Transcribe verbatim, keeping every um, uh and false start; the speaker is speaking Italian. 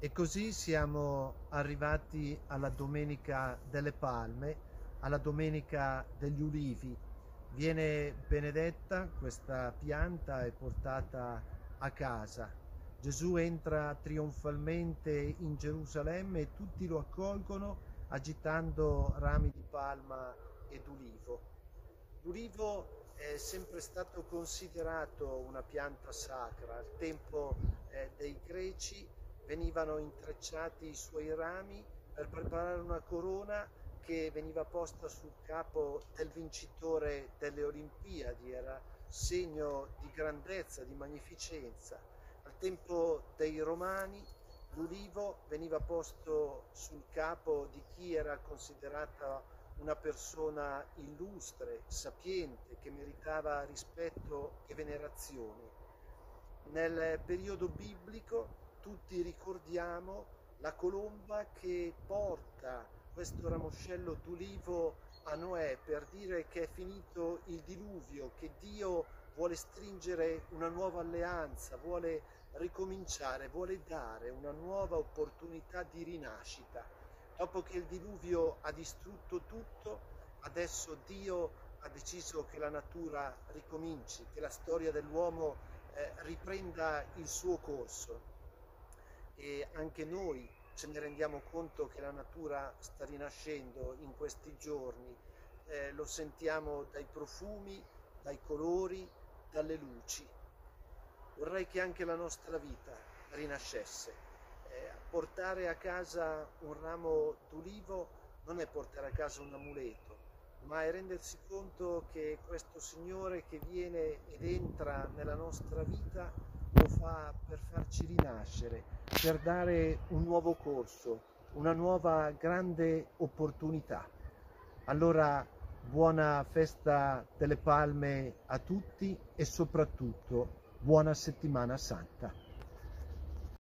E così siamo arrivati alla Domenica delle Palme, alla Domenica degli Ulivi. Viene benedetta questa pianta e portata a casa. Gesù entra trionfalmente in Gerusalemme e tutti lo accolgono agitando rami di palma ed ulivo. L'ulivo è sempre stato considerato una pianta sacra. Al tempo eh, dei Greci venivano intrecciati i suoi rami per preparare una corona che veniva posta sul capo del vincitore delle Olimpiadi, era segno di grandezza, di magnificenza. Al tempo dei Romani l'ulivo veniva posto sul capo di chi era considerata una persona illustre, sapiente, che meritava rispetto e venerazione. Nel periodo biblico tutti ricordiamo la colomba che porta questo ramoscello d'ulivo a Noè per dire che è finito il diluvio, che Dio vuole stringere una nuova alleanza, vuole ricominciare, vuole dare una nuova opportunità di rinascita. Dopo che il diluvio ha distrutto tutto, adesso Dio ha deciso che la natura ricominci, che la storia dell'uomo eh, riprenda il suo corso. E anche noi ce ne rendiamo conto che la natura sta rinascendo in questi giorni, eh, lo sentiamo dai profumi, dai colori, dalle luci. Vorrei che anche la nostra vita rinascesse. Eh, portare a casa un ramo d'ulivo non è portare a casa un amuleto, ma è rendersi conto che questo Signore che viene ed entra nella nostra vita lo fa per farci rinascere, per dare un nuovo corso, una nuova grande opportunità. Allora, buona festa delle Palme a tutti e soprattutto buona settimana santa.